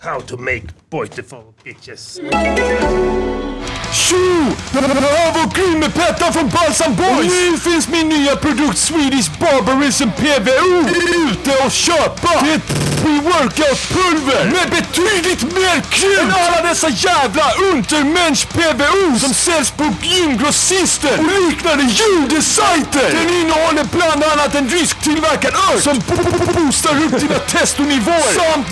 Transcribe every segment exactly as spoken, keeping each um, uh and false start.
How to make beautiful bitches. Tjo! Det här var Grym med Petter från Balsam Boys! Och nu finns min nya produkt Swedish Barbarism P V O ute och köpa! Det är ett pre-workout-pulver med betydligt mer krut än alla dessa jävla Untermensch-P V O som säljs på gymgrossister och liknande judesajter! Den innehåller bland annat en rysktillverkad ört som boostar upp dina testonivåer samt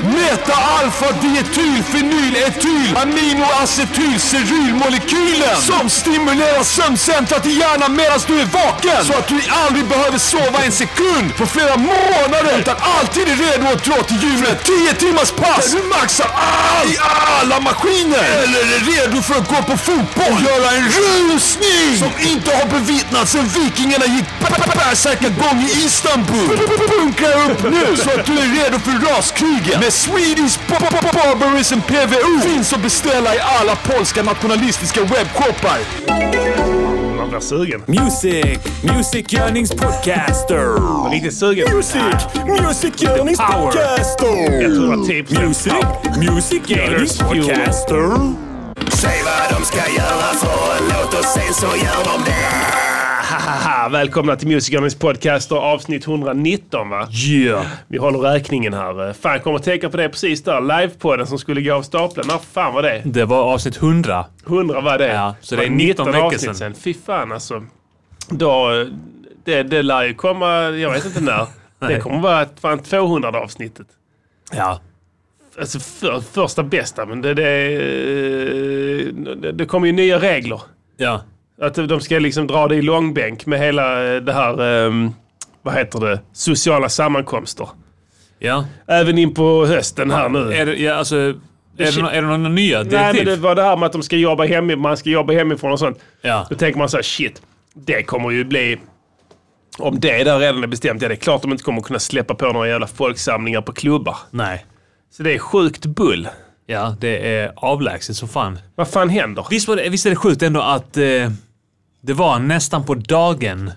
meta-alfa-dietylfenyletyl aminoacetylcerylmolekyler som stimulerar sömncentrat i hjärnan medan du är vaken så att du aldrig behöver sova en sekund på flera månader utan alltid är redo att dra till gymmet. tio timmars pass där du maxar allt i alla maskiner eller är redo för att gå på fotboll och göra en rusning som inte har bevittnats sen vikingarna gick bärsärkat gång i Istanbul. Bunkra upp nu så att du är redo för raskrigen med Swedish Barbarism P V O finns att beställa i alla polska nationalistiska webbshoppar. Man blir sugen. Music, musikgörningspodcaster. Riktigt sugen. Music, musikgörningspodcaster. Jag tror att typ Music, musikgörningspodcaster. Säg vad de ska göra för en låt och sen så gör de det. Haha, välkomna till Musikgörnings podcast avsnitt etthundranitton, va? Yeah. Vi håller räkningen här. Fan, jag kommer att tänka på det precis där. Livepodden som skulle gå av stapeln. När fan var det? Det var avsnitt hundra. hundra var det. Ja, så det är nitton veckor sedan. sedan. Fy fan alltså. Då, det, det lär ju komma, jag vet inte när. Det kommer vara fan tvåhundrade avsnittet. Ja. Alltså för, första bästa, men det, det, det, det kommer ju nya regler. Ja. Att de ska liksom dra det i långbänk med hela det här, um, vad heter det, sociala sammankomster. Ja. Även in på hösten här nu. Är det, ja, alltså, är det, är det några nya direktiv? Nej, men det var det här med att de ska jobba hemifrån, man ska jobba hemifrån och sånt. Ja. Då tänker man så här, shit, det kommer ju bli, om det där redan är bestämt, ja det är klart de inte kommer kunna släppa på några jävla folksamlingar på klubbar. Nej. Så det är sjukt bull. Ja, det är avlägset som fan. Vad fan händer? Visst, var det, visst är det sjukt ändå att eh, det var nästan på dagen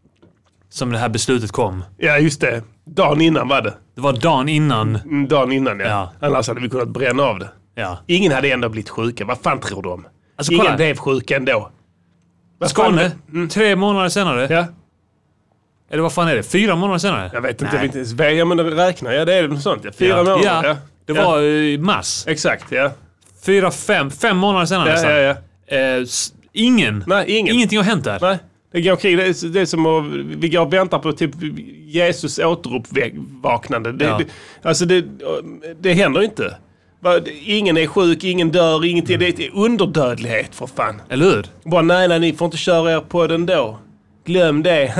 som det här beslutet kom. Ja, just det. Dagen innan var det. Det var dagen innan. Mm, dagen innan, ja. Ja. Annars hade vi kunnat bränna av det. Ja. Ingen hade ändå blivit sjuka. Vad fan tror de? Alltså, Ingen kolla. blev sjuk ändå. Vad Skåne, fan? tre månader senare. Ja, Eller vad fan är det? Fyra månader senare? jag vet inte. Nej. Jag vet inte ens. Ja, men räknar. Ja, det är något sånt. Ja. Fyra Ja. månader. Ja, Ja. det Ja. var i mars. Exakt, ja. Fyra, fem, fem månader senare Ja, nästan. ja, ja. Eh, s- ingen. Nej, ingen. Ingenting har hänt där. Nej, det går krig. Det är, det är som att vi går och väntar på typ Jesus återuppvaknande. Det, Ja. det, alltså det, det händer inte. Ingen är sjuk, ingen dör, ingenting. Det är underdödlighet för fan. Eller hur? Bara nej, nej, ni får inte köra er på den då. Glöm det.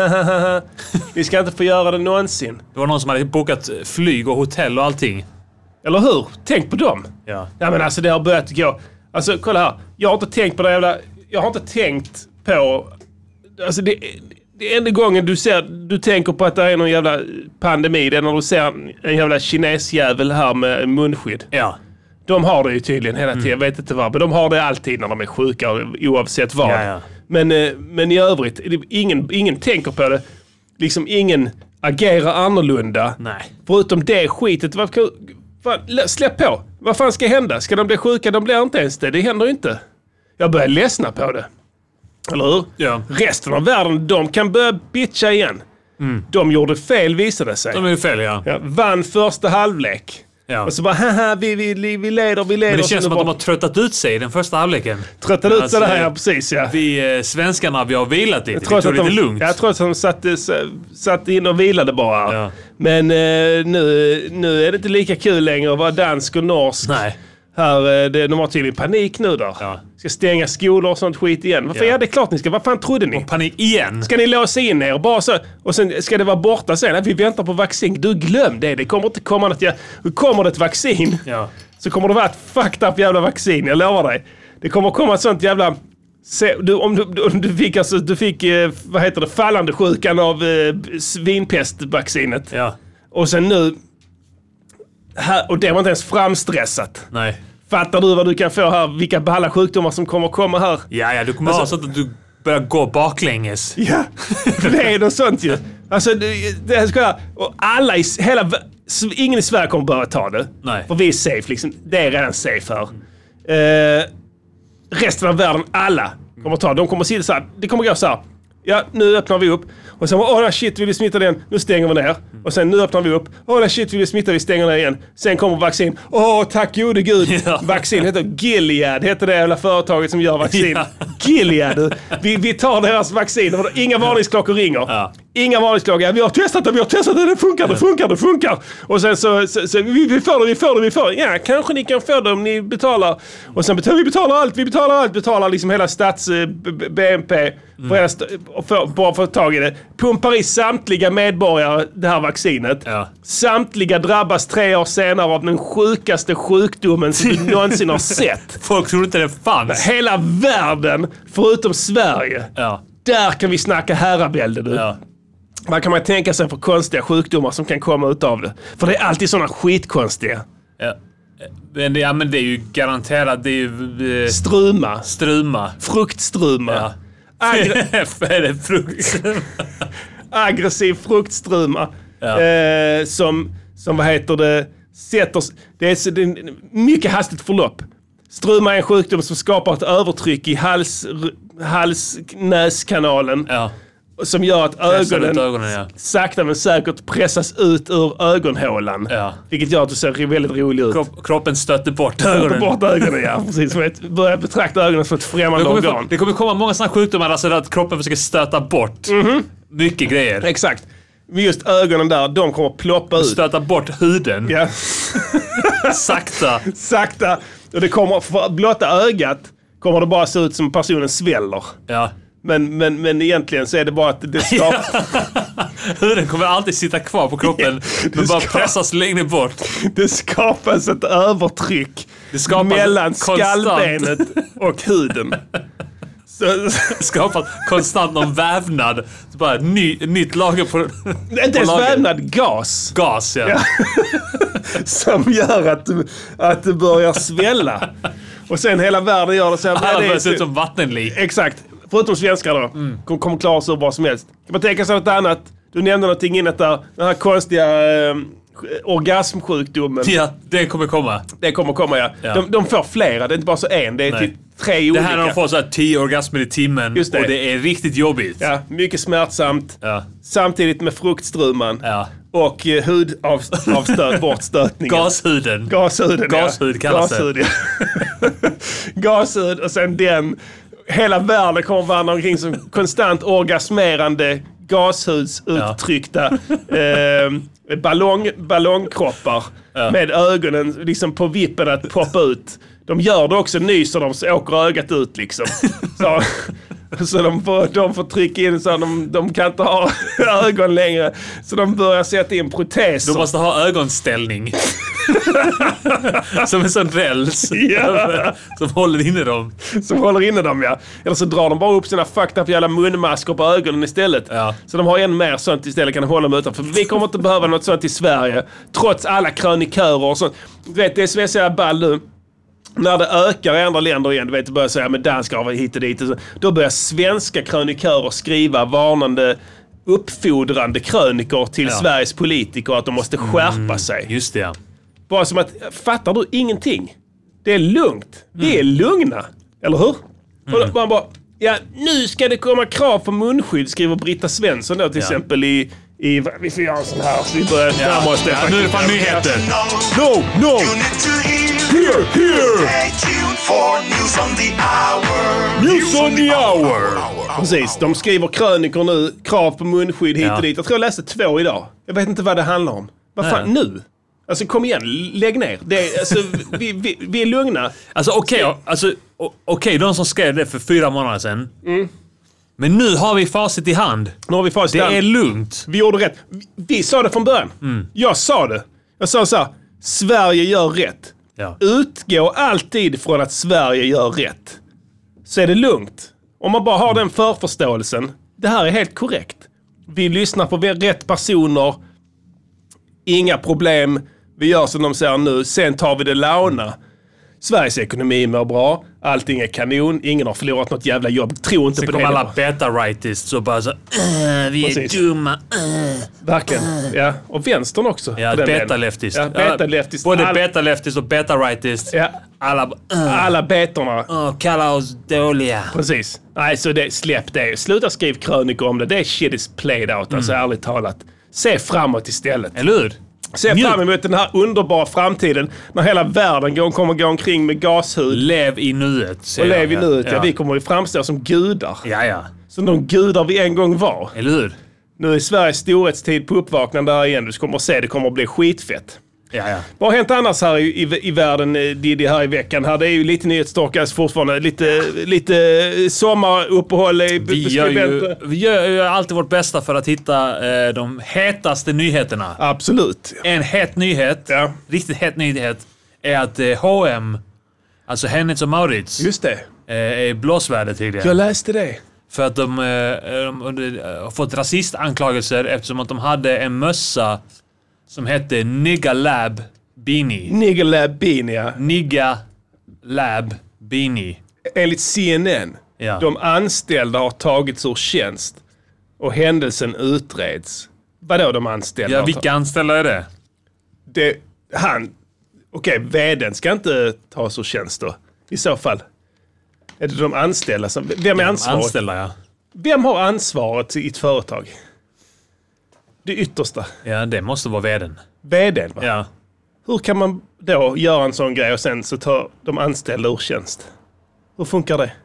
Ni ska inte få göra det någonsin. Det var någon som hade bokat flyg och hotell och allting. Eller hur? Tänk på dem. Ja. Ja, men alltså det har börjat gå. Alltså kolla här. Jag har inte tänkt på det jävla... Jag har inte tänkt på... Alltså det, det enda gången du ser... Du tänker på att det är någon jävla pandemi. Det är när du ser en jävla kinesjävel här med munskydd. Ja. De har det ju tydligen hela tiden. Jag vet inte vad. Men de har det alltid när de är sjuka. Oavsett vad. Ja, ja. Men, eh, men i övrigt. Ingen, ingen tänker på det. Liksom ingen agerar annorlunda. Nej. Förutom det skitet. Vad, fan, släpp på. Vad fan ska hända? Ska de bli sjuka? De blir inte ens det. Det händer ju inte. Jag börjar ledsna på det. Eller hur? Ja. Resten av världen, de kan börja bitcha igen. Mm. De gjorde fel, visade sig. De är fel, ja. Ja, vann första halvlek. Ja. Och så bara, haha, vi, vi, vi leder, vi leder. Men det Och känns så som nu att de bara har tröttat ut sig i den första halvleken. tröttade ut Alltså, sådär, ja precis, ja. Vi eh, svenskarna, vi har vilat lite. Vi Trots tog att det lite de, lugnt. Jag tror att de satt, satt in och vilade bara. Ja. Men eh, nu, nu är det inte lika kul längre att vara dansk och norsk. Nej. Här, det, de har tydligen panik nu där. Ja. Ska stänga skolor och sånt skit igen. Varför? Ja. Ja, det är klart ni ska. Vad fan trodde ni? Panik igen. Ska ni låsa in er och bara så, och sen ska det vara borta sen? Nej, vi väntar på vaccin. Du, glöm det. Det kommer inte komma något. Jag, kommer det ett vaccin Ja. så kommer det vara ett fucked up jävla vaccin. Jag lovar dig. Det kommer komma ett sånt jävla... Se, du, om, du, om du fick, alltså, du fick eh, vad heter det, fallande sjukan av eh, svinpestvaccinet. Ja. Och sen nu... Här, och det var inte ens framstressat. Nej. Fattar du vad du kan få här? Vilka balla sjukdomar som kommer komma här? Ja, ja, du kommer alltså, ha så att du börjar gå baklänges. Ja, för det är något sånt ju. Alltså, det, det ska jag, och alla i, hela, ingen i Sverige kommer börja ta det. Nej. För vi är safe liksom. Det är redan safe här. Eh, resten av världen, alla kommer ta. De kommer sitta så här. Det kommer gå så här. Ja, nu öppnar vi upp. Och sen, åh shit, vi vill smitta den. Nu stänger vi ner. Och sen, nu öppnar vi upp. Åh shit, vi vill smitta, vi stänger ner igen. Sen kommer vaccin. Åh, tack gode gud. Ja. Vaccin heter Gilead, heter det jävla företaget som gör vaccin. Ja. Gilead. Vi, vi tar deras vaccin. Inga varningsklockor ringer. Ja. Inga varningsklockor. Vi har testat det, vi har testat det. Det funkar, det funkar, det funkar. Och sen så, så, så vi, vi får det, vi får det, vi får det. Ja, kanske ni kan få det om ni betalar. Och sen betalar vi betalar allt, vi betalar allt. Betalar liksom hela stats B N P. Mm. För, för, bara för att ta tag i det. Pumpar i samtliga medborgare det här vaccinet. Ja. Samtliga drabbas tre år senare av den sjukaste sjukdomen som du någonsin har sett. Folk trodde inte det fanns. Hela världen, förutom Sverige. Ja. Där kan vi snacka herravälde du. Ja. Vad kan man tänka sig för konstiga sjukdomar som kan komma ut av det? För det är alltid sådana skitkonstiga. Ja. Men det, ja, men det är ju garanterat, det är ju... Eh, Struma. struma. Fruktstruma. Ja. Aggre- är det frukt? aggressiv fruktstruma. Ja. Eh, som, som, vad heter det, sätter... Det är, så, det är mycket hastigt förlopp. Struma är en sjukdom som skapar ett övertryck i hals, hals-näskanalen. Ja. Som gör att ögonen, ögonen ja. sakta men säkert pressas ut ur ögonhålan. Ja. Vilket gör att du ser väldigt rolig ut. Kropp, kroppen stöter bort Stöter ögonen. bort ögonen, ja. Precis. Som ett, börjar betrakta ögonen som ett främmande Det kommer, organ. få, det kommer komma många sådana sjukdomar alltså att kroppen försöker stöta bort Mm-hmm. mycket grejer. Exakt. Men just ögonen där, de kommer ploppa ut. Stöta bort huden. Ja. Sakta. Sakta. Och det kommer, för blotta ögat kommer det bara se ut som personen sväller. Ja. Men, men, men egentligen så är det bara att det skapar... Huden kommer alltid sitta kvar på kroppen men bara ska- pressas längre bort. Det skapas ett övertryck Det skapas mellan konstant. skallbenet och huden. Så, Skapat konstant någon vävnad. Så bara ett ny, nytt lager på, inte på ens lager. vävnad, gas. Gas, ja. Ja. Som gör att du, att du börjar svälla. Och sen hela världen gör det så här. Alla det är börjar se så- ut som vattenlik. Exakt. Förutom svenskar då. Mm. Kommer kom klara sig ur vad som helst. Kan man tänka sig något annat? Du nämnde någonting innan där. Den här konstiga eh, orgasmsjukdomen. Ja, det kommer komma. Det kommer komma, ja. Ja. De, de får flera. Det är inte bara så en. Det är Nej. typ tre Det olika. här när de får så här tio orgasmer i timmen. Just det. Och det är riktigt jobbigt. Ja, mycket smärtsamt. Ja. Samtidigt med fruktstruman. Ja. Och eh, hudavstöt, bortstötningen. Gashuden. Gashuden, Gashud ja. kallas det. Gashud, ja. Gashud och sen den. Hela världen kommer vandra omkring som konstant orgasmerande gashudsutryckta eh, ballong, ballongkroppar Ja. med ögonen liksom på vippen att poppa ut. De gör det också, nyser de så åker ögat ut liksom. Så, så de, får, de får trycka in så de, de kan inte ha ögon längre. Så de börjar sätta in proteser. De måste ha ögonställning. Som en sån räls. Ja. Som håller inne dem. Som håller inne dem, ja. Eller så drar de bara upp sina fucked up jävla munmasker på ögonen istället. Ja. Så de har än mer sånt istället, kan hålla dem utanför. Vi kommer inte behöva något sånt i Sverige. Trots alla krönikörer och sånt. Du vet, det är så jag ball nu. När det ökar i andra länder igen, du vet, du börjar säga med danskar hit och dit. Och så, då börjar svenska krönikörer skriva varnande, uppfordrande krönikor till Ja. Sveriges politiker att de måste skärpa sig. Just det, ja. Bara som att, fattar du ingenting? Det är lugnt. Vi är lugna. Eller hur? Och då man bara, ja, nu ska det komma krav på munskydd, skriver Britta Svensson då till Ja. exempel i, i... Vi får göra en sån här så vi börjar närma oss det. Ja, nu är det fan nyheter. No, no! You need to hear. Here, here! Stay tuned for news on the hour. News on the hour! Precis, de skriver krönikor nu, krav på munskydd hit Ja. och dit. Jag tror jag läste två idag. Jag vet inte vad det handlar om. Vad fan, Nej. nu? Alltså kom igen, lägg ner. Det är, alltså, vi, vi, vi är lugna. Alltså okej, okay, alltså, o- okay, de som skrev det för fyra månader sedan. Mm. Men nu har vi facit i hand. Nu har vi facit i Det hand. är lugnt. Vi gjorde rätt. Vi, vi sa det från början. Mm. Jag sa det. Jag sa så här, Sverige gör rätt. Ja. Utgå alltid från att Sverige gör rätt. Så är det lugnt. Om man bara har den förförståelsen. Det här är helt korrekt. Vi lyssnar på rätt personer. Inga problem. Vi gör som de säger nu. Sen tar vi det launa. Sveriges ekonomi mår bra. Allting är kanon. Ingen har förlorat något jävla jobb. Tror inte Sen på kommer det. alla beta-rightists och bara så... Vi är Precis. dumma. Verkligen. Ja. Och vänstern också. Ja, beta-leftist. Ja, beta-leftist. Både All... beta-leftist och beta-rightist. Ja. Alla... Alla betorna. Uh, kalla oss dåliga. Precis. Nej, så det, släpp det. Sluta skriva krönikor om det. Det är shit is played out. Alltså ärligt talat. Se framåt istället. Eller hur? Se fram emot den här underbara framtiden när hela världen går, kommer gå omkring med gashud. Lev i nuet. Och lev i nuet. Ja. Ja. Vi kommer ju framstå som gudar. Ja, ja. Som de gudar vi en gång var. Eller hur? Nu är Sveriges storhetstid på uppvaknande här igen. Du kommer att se, det kommer att bli skitfett. Ja, ja. Vad har hänt annars här i, i, i världen, Diddy, här i veckan? Här, det är ju lite nyhetstorkas fortfarande. Lite, lite sommaruppehåll i Vi gör, ju, vi gör ju alltid vårt bästa för att hitta eh, de hetaste nyheterna. Absolut. En het nyhet, Ja. riktigt het nyhet, är att eh, H och M, alltså Hennes och Mauritz, Just det. eh, är i blåsväder tydligen. Jag läste det. För att de, eh, de under, har fått rasistanklagelser eftersom att de hade en mössa som hette Nigga Lab Beanie. Nigger Lab Beanie, ja. Nigga Lab Beanie. Enligt C N N. Ja. De anställda har tagits ur tjänst. Och händelsen utreds. Vadå de anställda? Ja, har vilka anställda är det? det, han, okej, okay, vdn ska inte tas ur tjänst då. I så fall. Är det de anställda som, vem är ansvarig? Anställda, ja. Vem har ansvaret i ett företag? Det yttersta. Ja, det måste vara vdn. Vdn, va? Ja. Hur kan man då göra en sån grej och sen så tar de anställda ur tjänst? Hur funkar det?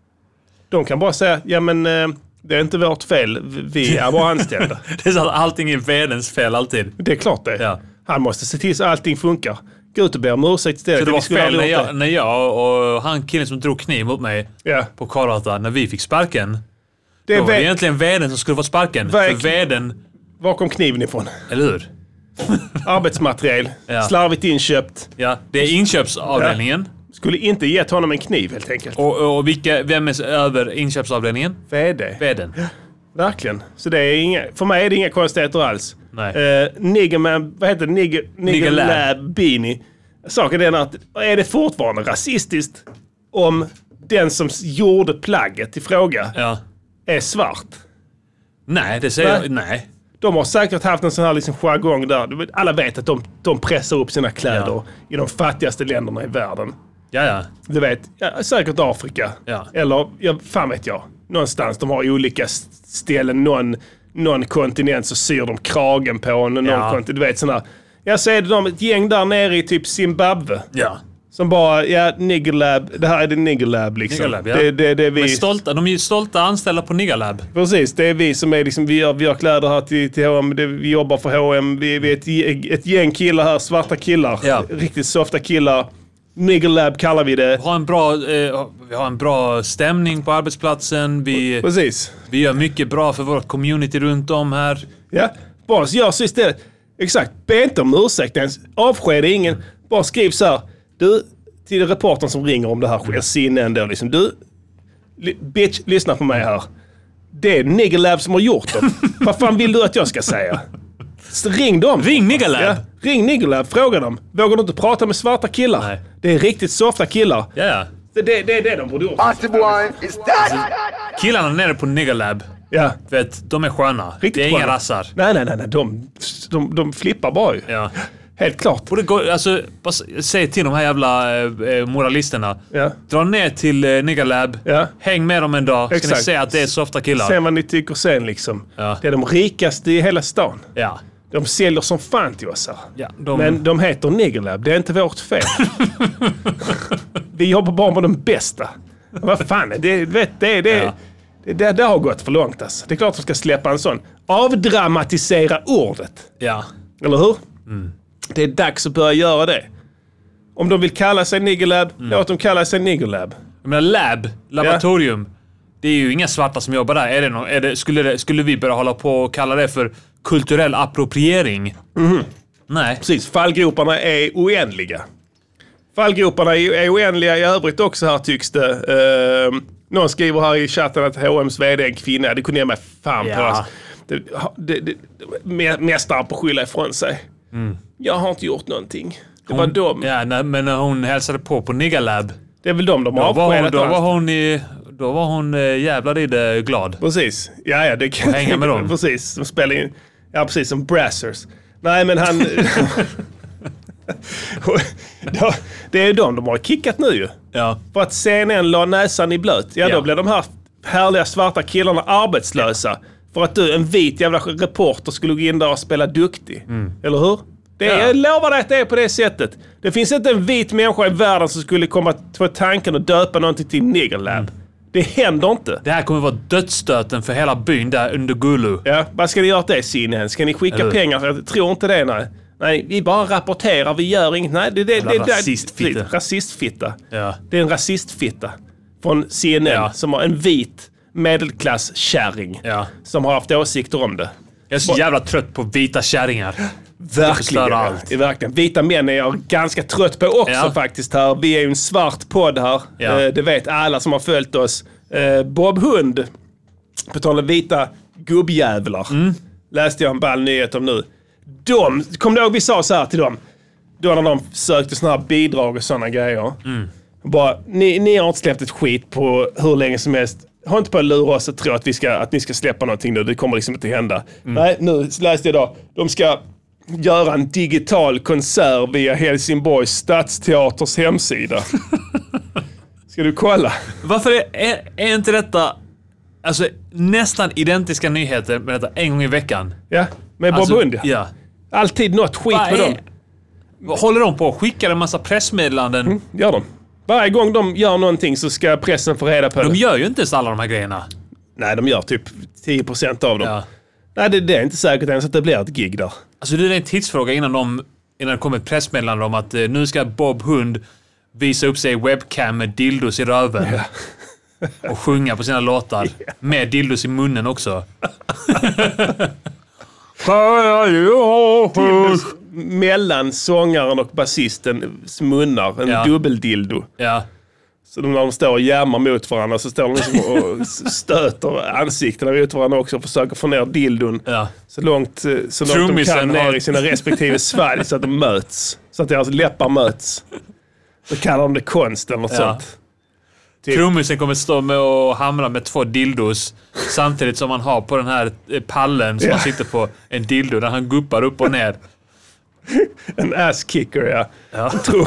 De kan bara säga, ja men eh, det är inte vårt fel, vi är bara anställda. Det är så att allting är vdns fel alltid. Det är klart det. Ja. Han måste se till så att allting funkar. Gå ut och be om ursäkt istället. Så det var Vi skulle fel aldrig när gjort jag, när jag och han killen som drog kniv mot mig Ja. på Karlata, när vi fick sparken. Det är Då var det ve- egentligen vdn som skulle få sparken. Vad är- För vdn, Var kom kniven ifrån? eller hur? Arbetsmaterial. Ja. Slarvigt inköpt. Ja, det är inköpsavdelningen. Skulle inte gett honom en kniv helt enkelt. Och, och, och vilka, vem är över inköpsavdelningen? Vd. Vdn. Verkligen. Så det är inga, för mig är det inga konstigheter alls. Nej. Uh, Niggerman, vad heter det? Nigger, Nigger Nigger Lab. Lab. Beanie. Saken är den att, är det fortfarande rasistiskt om den som gjorde plagget i fråga Ja. är svart? Nej, det säger Nej. jag. Nej. De har säkert haft en sån här liksom jargong där. Du vet, alla vet att de, de pressar upp sina kläder Ja. i de fattigaste länderna i världen. Ja, ja. Du vet, ja, säkert Afrika. Ja. Eller, ja, fan vet jag. Någonstans de har olika s- ställen. Någon, någon kontinent så syr de kragen på en. Någon Ja. kontinent, du vet sådana. Jag ser de ett gäng där nere i typ Zimbabwe. Ja. Som bara, ja, Nigger Lab. Det här är det Nigger Lab liksom. Nigger Lab, ja. det, det, det är vi. Men stolta, de är ju stolta anställda på Nigga Lab. Precis, det är vi som är liksom, vi gör, vi gör kläder här till, till H och M, det, vi jobbar för H och M, vi, vi är ett, ge- ett gäng killar här, svarta killar, Ja. riktigt softa killar. Nigger Lab kallar vi det. Vi har en bra, eh, vi har en bra stämning på arbetsplatsen. Vi, Precis. vi gör mycket bra för vårt community runt om här. Ja, bara så gör så istället. Exakt, be inte om ursäkt ens. Avskeda ingen. Bara skriv så här. Du, till reportern som ringer om det här sker, C N N då liksom. Du, li, bitch, lyssna på mig här. Det är Nigger Lab som har gjort dem. Vad fan vill du att jag ska säga? Så ring dem. Ring Nigga Lab. Ja, ring Nigger Lab, fråga dem. Vågar du inte prata med svarta killar? Nej. Det är riktigt softa killar. Ja, ja. Det, det, det är det de borde gjort. Killarna nere på Nigga Lab, Ja, vet, de är sköna. riktigt det är inga sköna. rassar. Nej, nej, nej. nej. De, de, de flippar bara ju. Ja. Helt klart. Borde gå, alltså, bara s- säg till de här jävla eh, moralisterna. Ja. Dra ner till eh, Nigga Lab. Ja. Häng med dem en dag. Ska Exakt. ni se att det är softa killar. Sen vad ni tycker sen liksom. Ja. Det är de rikaste i hela stan. Ja. De säljer som fan till oss här. Ja, de- Men de heter Nigger Lab. Det är inte vårt fel. Vi jobbar bara med de bästa. Vad fan, det, vet, det, det, Ja. det, det, det har gått för långt alltså. Det är klart att de ska släppa en sån. Avdramatisera ordet. Ja. Eller hur? Det är dags att börja göra det. Om de vill kalla sig Nigger Lab, låt dem kalla sig Nigger Lab. Jag menar lab, laboratorium. Det är ju inga svarta som jobbar där. Är det någon, är det, skulle, det, skulle vi börja hålla på och kalla det för kulturell appropriering? Nej. Precis, fallgroparna är oändliga. Fallgroparna är, är oändliga i övrigt också här tycks det. Uh, någon skriver här i chatten att H och M's vd är en kvinna. Det kunde jag med fan på. Ja. Alltså. Det, det, det, det, mästaren på att skylla ifrån sig. Jag har inte gjort någonting. Det var de. Ja, när, men när hon hälsade på på Niggalab. Det är väl de de har då var hon, då allt. var hon i, Då var hon äh, jävlar i det glad. Precis. Ja, ja, det kan och hänga med dem. Precis. De spelar in, ja, precis som Brassers. Nej, men han... det är ju de de har kickat nu ju. Ja. För att C N N la näsan i blöt. Ja, ja. då blev de här härliga svarta killarna arbetslösa. Ja. För att du, en vit jävla reporter, skulle gå in där och spela duktig. Mm. Eller hur? Det är, ja. Jag lovar dig att det är på det sättet. Det finns inte en vit människa i världen som skulle komma på tanken att döpa någonting till Niggerlab. Mm. Det händer inte. Det här kommer vara dödsstöten för hela byn där under Gulu. Ja, vad ska ni göra det, Sinnen? Ska ni skicka Eller? pengar? Jag tror inte det, nej. Nej, vi bara rapporterar, vi gör inget. Nej, det, det, det, det, rasistfitta. Det, rasistfitta. Ja. Det är en rasistfitta från C N N ja. som har en vit medelklass-kärring ja. som har haft åsikter om det. Jag är så jävla trött på vita kärringar. Verkligen. Allt. Verkligen. Vita män är jag ganska trött på också ja. faktiskt här. Vi är ju en svart podd här. Ja. Det vet alla som har följt oss. Bob Hund, på tal om vita gubbjävlar, mm. läste jag en ball nyhet om nu. De, kom du ihåg vi sa så här till dem? Då när de sökte såna här bidrag och såna grejer. Mm. Bara, ni, ni har inte släppt ett skit på hur länge som helst. Har inte på att lura oss och tro att, vi ska, att ni ska släppa någonting nu. Det kommer liksom inte hända. Mm. Nej, nu läste jag då. De ska göra en digital konsert via Helsingborgs stadsteaters hemsida. Ska du kolla? Varför är, är, är inte detta alltså nästan identiska nyheter med detta en gång i veckan? Ja, med alltså, Bob Hund. Ja. Alltid något skit med dem. Håller de på och skickar en massa pressmeddelanden? Mm, gör de. Varje gång de gör någonting så ska pressen få reda på de det. De gör ju inte ens alla de här grejerna. Nej, de gör typ tio procent av dem. Ja. Nej, det, det är inte säkert ens att det blir ett gig där. Alltså det är en tidsfråga innan, de, innan det kommer ett pressmeddelande om att eh, nu ska Bob Hund visa upp sig i webcam med dildos i röven. Ja. Och sjunga på sina låtar. Yeah. Med dildos i munnen också. dildos mellan sångaren och basistens munnar. En ja. dubbeldildo. Ja. Så när de står och jämmar mot varandra så står de liksom och stöter ansiktena mot varandra också och försöker få ner dildon ja. så långt, så långt de kan ner i sina respektive svalg så att de möts. Så att deras läppar möts. Så kallar de det konst eller något ja. sånt. Typ. Trummisen kommer stå med och hamra med två dildos samtidigt som man har på den här pallen som ja. man sitter på en dildo där han guppar upp och ner. En ass-kicker, ja. ja.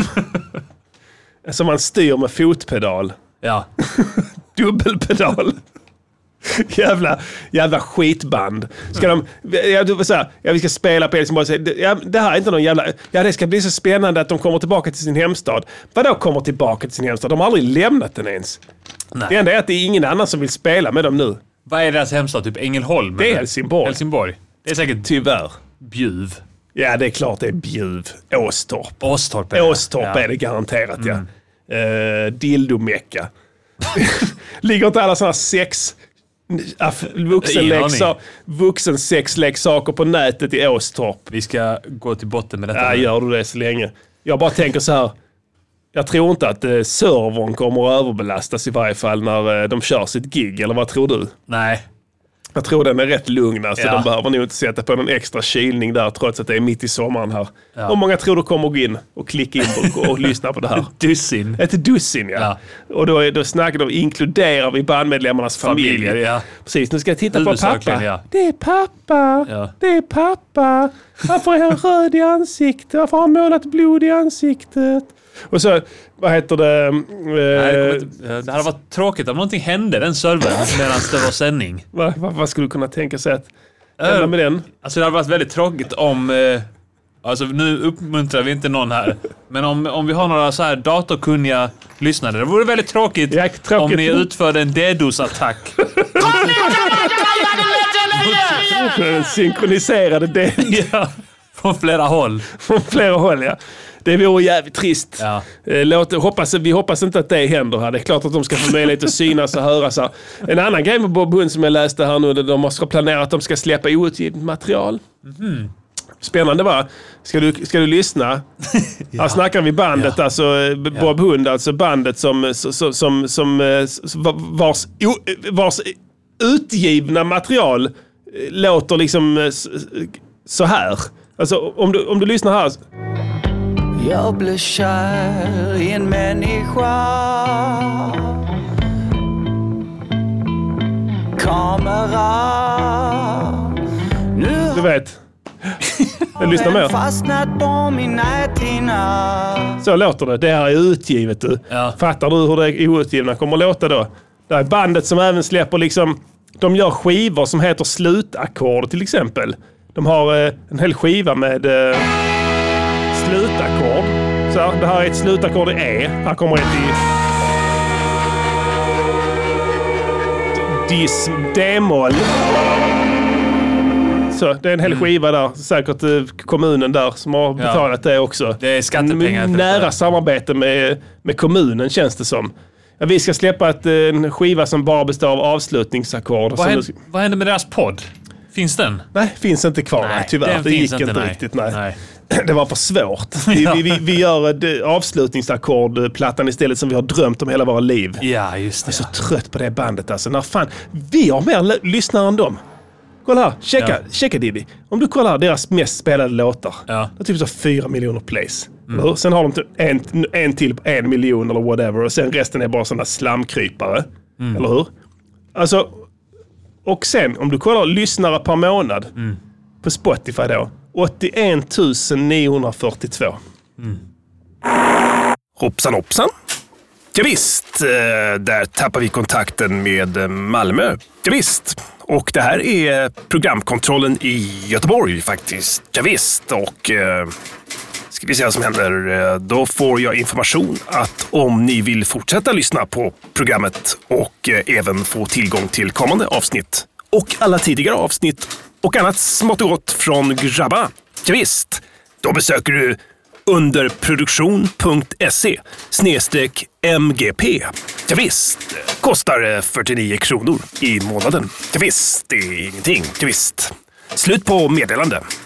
Som man styr med fotpedal. Ja. Dubbelpedal. jävla, jävla skitband. Ska de, jag, så här, ja, vi ska spela på Helsingborg. Ja, det här är inte någon jävla... Ja, det ska bli så spännande att de kommer tillbaka till sin hemstad. Vadå kommer tillbaka till sin hemstad? De har aldrig lämnat den ens. Nej. Det enda är att det är ingen annan som vill spela med dem nu. Vad är deras hemstad? Typ Ängelholm? Det är Helsingborg. Helsingborg. Det är säkert... Tyvärr. Bjuv. Ja, det är klart det är Bjuv. Åstorp. Åstorp är det. Åstorp ja. är det garanterat, ja. Mm. Uh, Dildomecka. Ligger inte alla sådana sex... Vuxenleksaker, vuxensexleksaker på nätet i Åstorp. Vi ska gå till botten med detta. Ja, gör du det så länge. Jag bara tänker så här. Jag tror inte att eh, servern kommer att överbelastas i varje fall när eh, de kör sitt gig. Eller vad tror du? Nej. Jag tror den är rätt lugn. Alltså, ja. De behöver nog inte sätta på någon extra kylning där trots att det är mitt i sommaren här. Ja. Och många tror du kommer gå in och klicka in och, och lyssna på det här. Ett dussin. Ett dussin, ja. ja. Och då, då snackar de, inkluderar vi bandmedlemmarnas familjer. familjer ja. Precis, nu ska jag titta på pappa. Ja. Det är pappa. Ja. Det är pappa. Varför är han röd i ansiktet? Varför har han målat blod i ansiktet? Och så, vad heter det? Eh, Nej, det, det hade varit tråkigt om någonting hände den servern medan det var sändning. Vad, vad, vad skulle du kunna tänka sig att hända uh, med den? Alltså det hade varit väldigt tråkigt om... Eh, alltså nu uppmuntrar vi inte någon här. Men om, om vi har några så här datorkunniga lyssnare. Det vore väldigt tråkigt, ja, tråkigt. om ni utförde en DDoS-attack. En synkroniserade DDoS. Ja, från flera håll. Från flera håll, ja. Det vore jävligt trist. Ja. Låt, hoppas, vi hoppas inte att det händer här. Det är klart att de ska få möjlighet att synas och höras här. En annan grej med Bob Hund som jag läste här nu. De har planerat att de ska släppa outgivet material. Mm. Spännande, va? Ska du, ska du lyssna? Ja. Här snackar vi bandet, ja. alltså Bob Hund, alltså bandet som, som, som, som vars, vars utgivna material låter liksom så här. Alltså om du, om du lyssnar här... Jag blev kär i en människa. Kamera. Nu Du vet. Jag lyssnar mer. Fastnat på min näthinna. Så låter det. Det här är utgivet du. Ja. Fattar du hur det outgivna kommer att låta då? Det är bandet som även släpper liksom... De gör skivor som heter slutackord till exempel. De har eh, en hel skiva med eh, slutackord. Så här, det här är ett slutackord i E. Här kommer ett i... Dis, D-moll. Så det är en hel skiva där. Säkert eh, kommunen där som har betalat ja. det också. Det är skattepengar. M- nära samarbete med, med kommunen känns det som. Ja, vi ska släppa ett, en skiva som bara består av avslutningsackord. Vad, händer, vad händer med deras podd? Finns den? Nej, finns inte kvar. Nej, tyvärr. Det gick inte, inte nej. riktigt. Nej. nej. Det var för svårt. Vi, vi, vi, vi gör ett avslutningsackordplattan istället som vi har drömt om hela våra liv. Ja, just det. Jag är så trött på det bandet alltså. När fan, vi har mer l- lyssnare än dem. Kolla här, checka, ja. checka Diddy. Om du kollar deras mest spelade låtar. Ja. Det är typ så fyra miljoner plays. Mm. Sen har de typ en, en till på en miljon eller whatever. Och sen resten är bara sådana slamkrypare. Mm. Eller hur? Alltså, och sen om du kollar lyssnare per månad mm. på Spotify då. åttioen tusen niohundrafyrtiotvå. Mm. Hoppsan hoppsan. Ja, visst, där tappar vi kontakten med Malmö. Ja, visst. Och det här är programkontrollen i Göteborg faktiskt. Ja, visst. Och eh, ska vi se vad som händer. Då får jag information att om ni vill fortsätta lyssna på programmet och eh, även få tillgång till kommande avsnitt och alla tidigare avsnitt och annat smått och gott från grabbarna. Ja, visst. Då besöker du underproduktion.se snedstreck mgp. Ja, visst, kostar fyrtionio kronor i månaden. Ja, visst, det är ingenting. Ja, visst. Slut på meddelande.